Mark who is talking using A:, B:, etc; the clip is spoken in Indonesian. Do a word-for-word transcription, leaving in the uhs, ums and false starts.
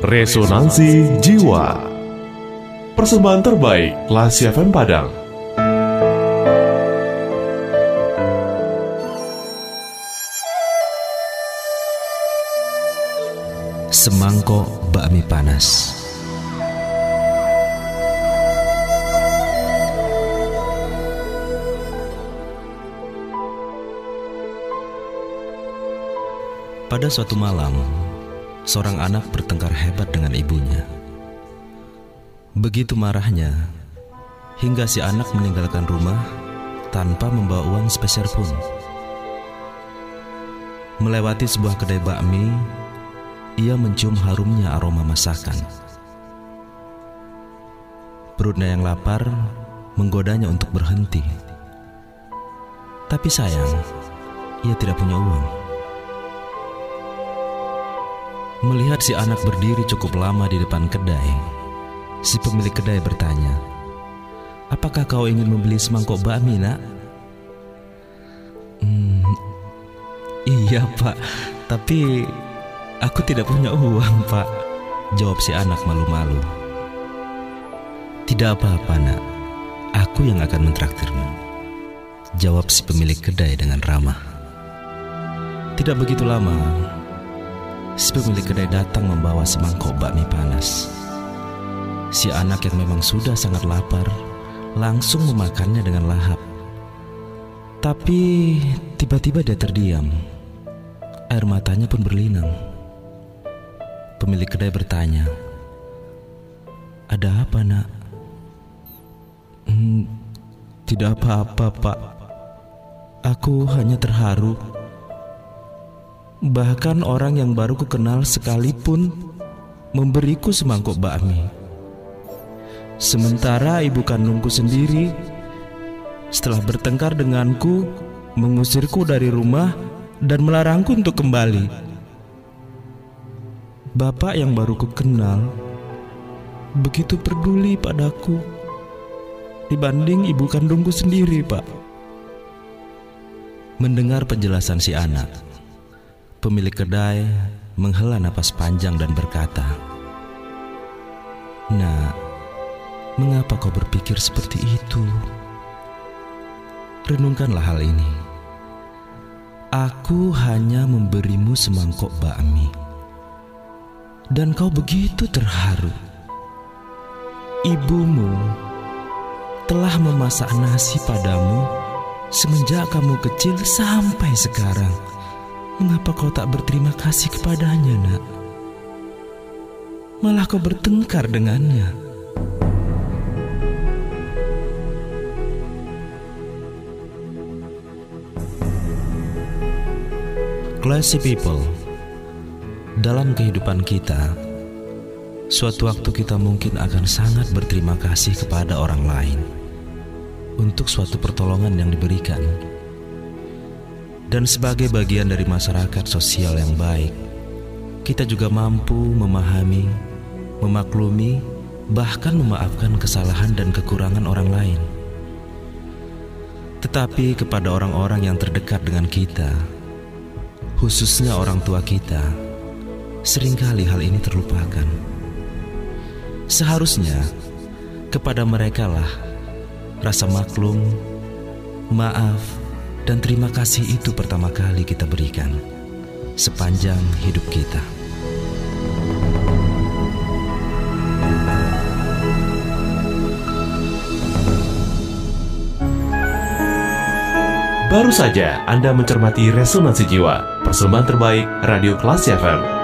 A: Resonansi Jiwa. Persembahan terbaik Lasi F M Padang.
B: Semangkok bakmi panas. Pada suatu malam, seorang anak bertengkar hebat dengan ibunya. Begitu marahnya, hingga si anak meninggalkan rumah tanpa membawa uang sepeser pun. Melewati sebuah kedai bakmi, ia mencium harumnya aroma masakan. Perutnya yang lapar menggodanya untuk berhenti. Tapi sayang, ia tidak punya uang. Melihat si anak berdiri cukup lama di depan kedai, si pemilik kedai bertanya, "Apakah kau ingin membeli semangkok bakmi, nak?" Hmm, iya pak, tapi aku tidak punya uang pak, jawab si anak malu-malu. Tidak apa-apa nak, aku yang akan mentraktirmu, jawab si pemilik kedai dengan ramah. Tidak begitu lama, si pemilik kedai datang membawa semangkok bakmi panas. Si anak yang memang sudah sangat lapar langsung memakannya dengan lahap. Tapi tiba-tiba dia terdiam. Air matanya pun berlinang. Pemilik kedai bertanya, "Ada apa nak?" Hmm, tidak apa-apa pak. Aku hanya terharu. Bahkan orang yang baru kukenal sekalipun memberiku semangkok bakmi. Sementara ibu kandungku sendiri setelah bertengkar denganku mengusirku dari rumah dan melarangku untuk kembali. Bapak yang baru kukenal begitu peduli padaku dibanding ibu kandungku sendiri, Pak. Mendengar penjelasan si anak, pemilik kedai menghela napas panjang dan berkata, "Nak, mengapa kau berpikir seperti itu? Renungkanlah hal ini. Aku hanya memberimu semangkok bakmi, dan kau begitu terharu. Ibumu telah memasak nasi padamu semenjak kamu kecil sampai sekarang. Mengapa kau tak berterima kasih kepadanya, nak? Malah kau bertengkar dengannya." Classy people, dalam kehidupan kita, suatu waktu kita mungkin akan sangat berterima kasih kepada orang lain untuk suatu pertolongan yang diberikan. Dan sebagai bagian dari masyarakat sosial yang baik, kita juga mampu memahami, memaklumi, bahkan memaafkan kesalahan dan kekurangan orang lain. Tetapi kepada orang-orang yang terdekat dengan kita, khususnya orang tua kita, seringkali hal ini terlupakan. Seharusnya kepada merekalah rasa maklum, maaf, dan terima kasih itu pertama kali kita berikan sepanjang hidup kita.
A: Baru saja Anda mencermati Resonansi Jiwa, persembahan terbaik Radio Classy F M.